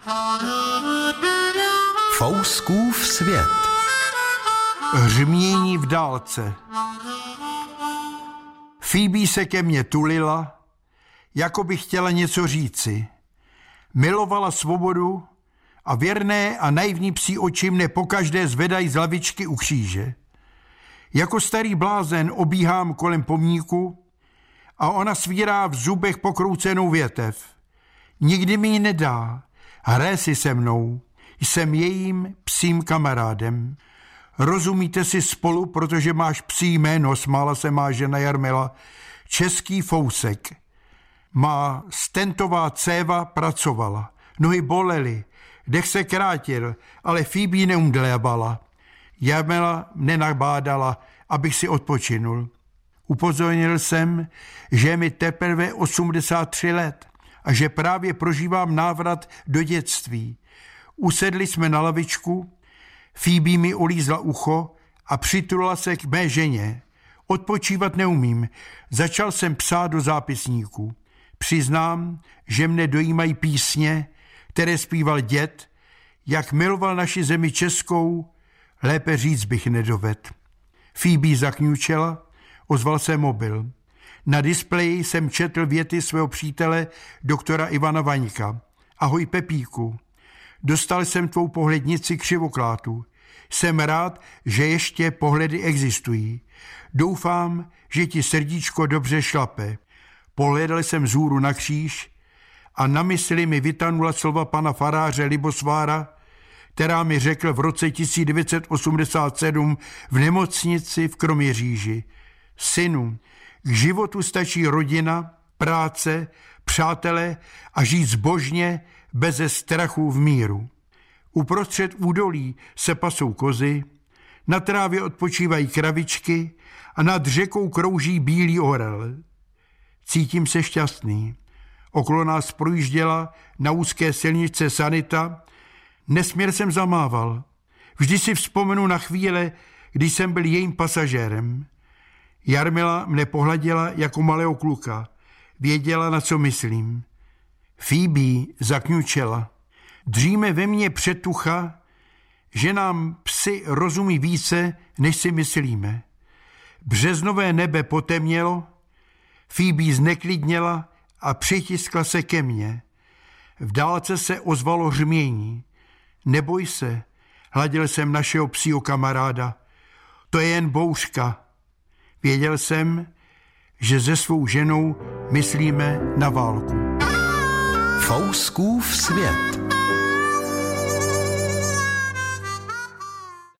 Fouskův svět. Hřmění v dálce. Phoebe se ke mně tulila, jako by chtěla něco říci. Milovala svobodu a věrné a naivní psí oči mne pokaždé zvedají z lavičky u kříže. Jako starý blázen obíhám kolem pomníku a ona svírá v zubech pokroucenou větev. Nikdy mi ji nedá, hraje si se mnou, jsem jejím psím kamarádem. Rozumíte si spolu, protože máš psí jméno, smála se má žena Jarmila, Český Fousek. Má stentová céva pracovala, nohy bolely, dech se krátil, ale Phoebe neumdlévala. Jarmila mne nabádala, abych si odpočinul. Upozornil jsem, že je mi teprve 83 let a že právě prožívám návrat do dětství. Usedli jsme na lavičku, Phoebe mi ulízla ucho a přitulila se k mé ženě. Odpočívat neumím, začal jsem psát do zápisníku. Přiznám, že mne dojímají písně, které zpíval děd, jak miloval naši zemi českou, lépe říct bych nedovedl. Phoebe zakňučela, ozval se mobil. Na displeji jsem četl věty svého přítele, doktora Ivana Vaňka. Ahoj Pepíku, dostal jsem tvou pohlednici křivoklátu. Jsem rád, že ještě pohledy existují. Doufám, že ti srdíčko dobře šlape. Pohledal jsem vzhůru na kříž a na mysli mi vytanula slova pana faráře Libosvára, která mi řekl v roce 1987 v nemocnici v Kroměříži. Synu, k životu stačí rodina, práce, přátelé a žít zbožně, beze strachu v míru. Uprostřed údolí se pasou kozy, na trávě odpočívají kravičky a nad řekou krouží bílý orel. Cítím se šťastný. Okolo nás projížděla na úzké silničce sanita. Nesměr jsem zamával. Vždy si vzpomenu na chvíle, kdy jsem byl jejím pasažérem. Jarmila mne pohladila jako malého kluka. Věděla, na co myslím. Phoebe zakňučela. Dříme ve mně přetucha, že nám psi rozumí více, než si myslíme. Březnové nebe potemnělo, Phoebe zneklidněla a přitiskla se ke mně. V dálce se ozvalo hřmění. Neboj se, hladil jsem našeho psího kamaráda. To je jen bouřka. Věděl jsem, že se svou ženou myslíme na válku. Fouskův svět.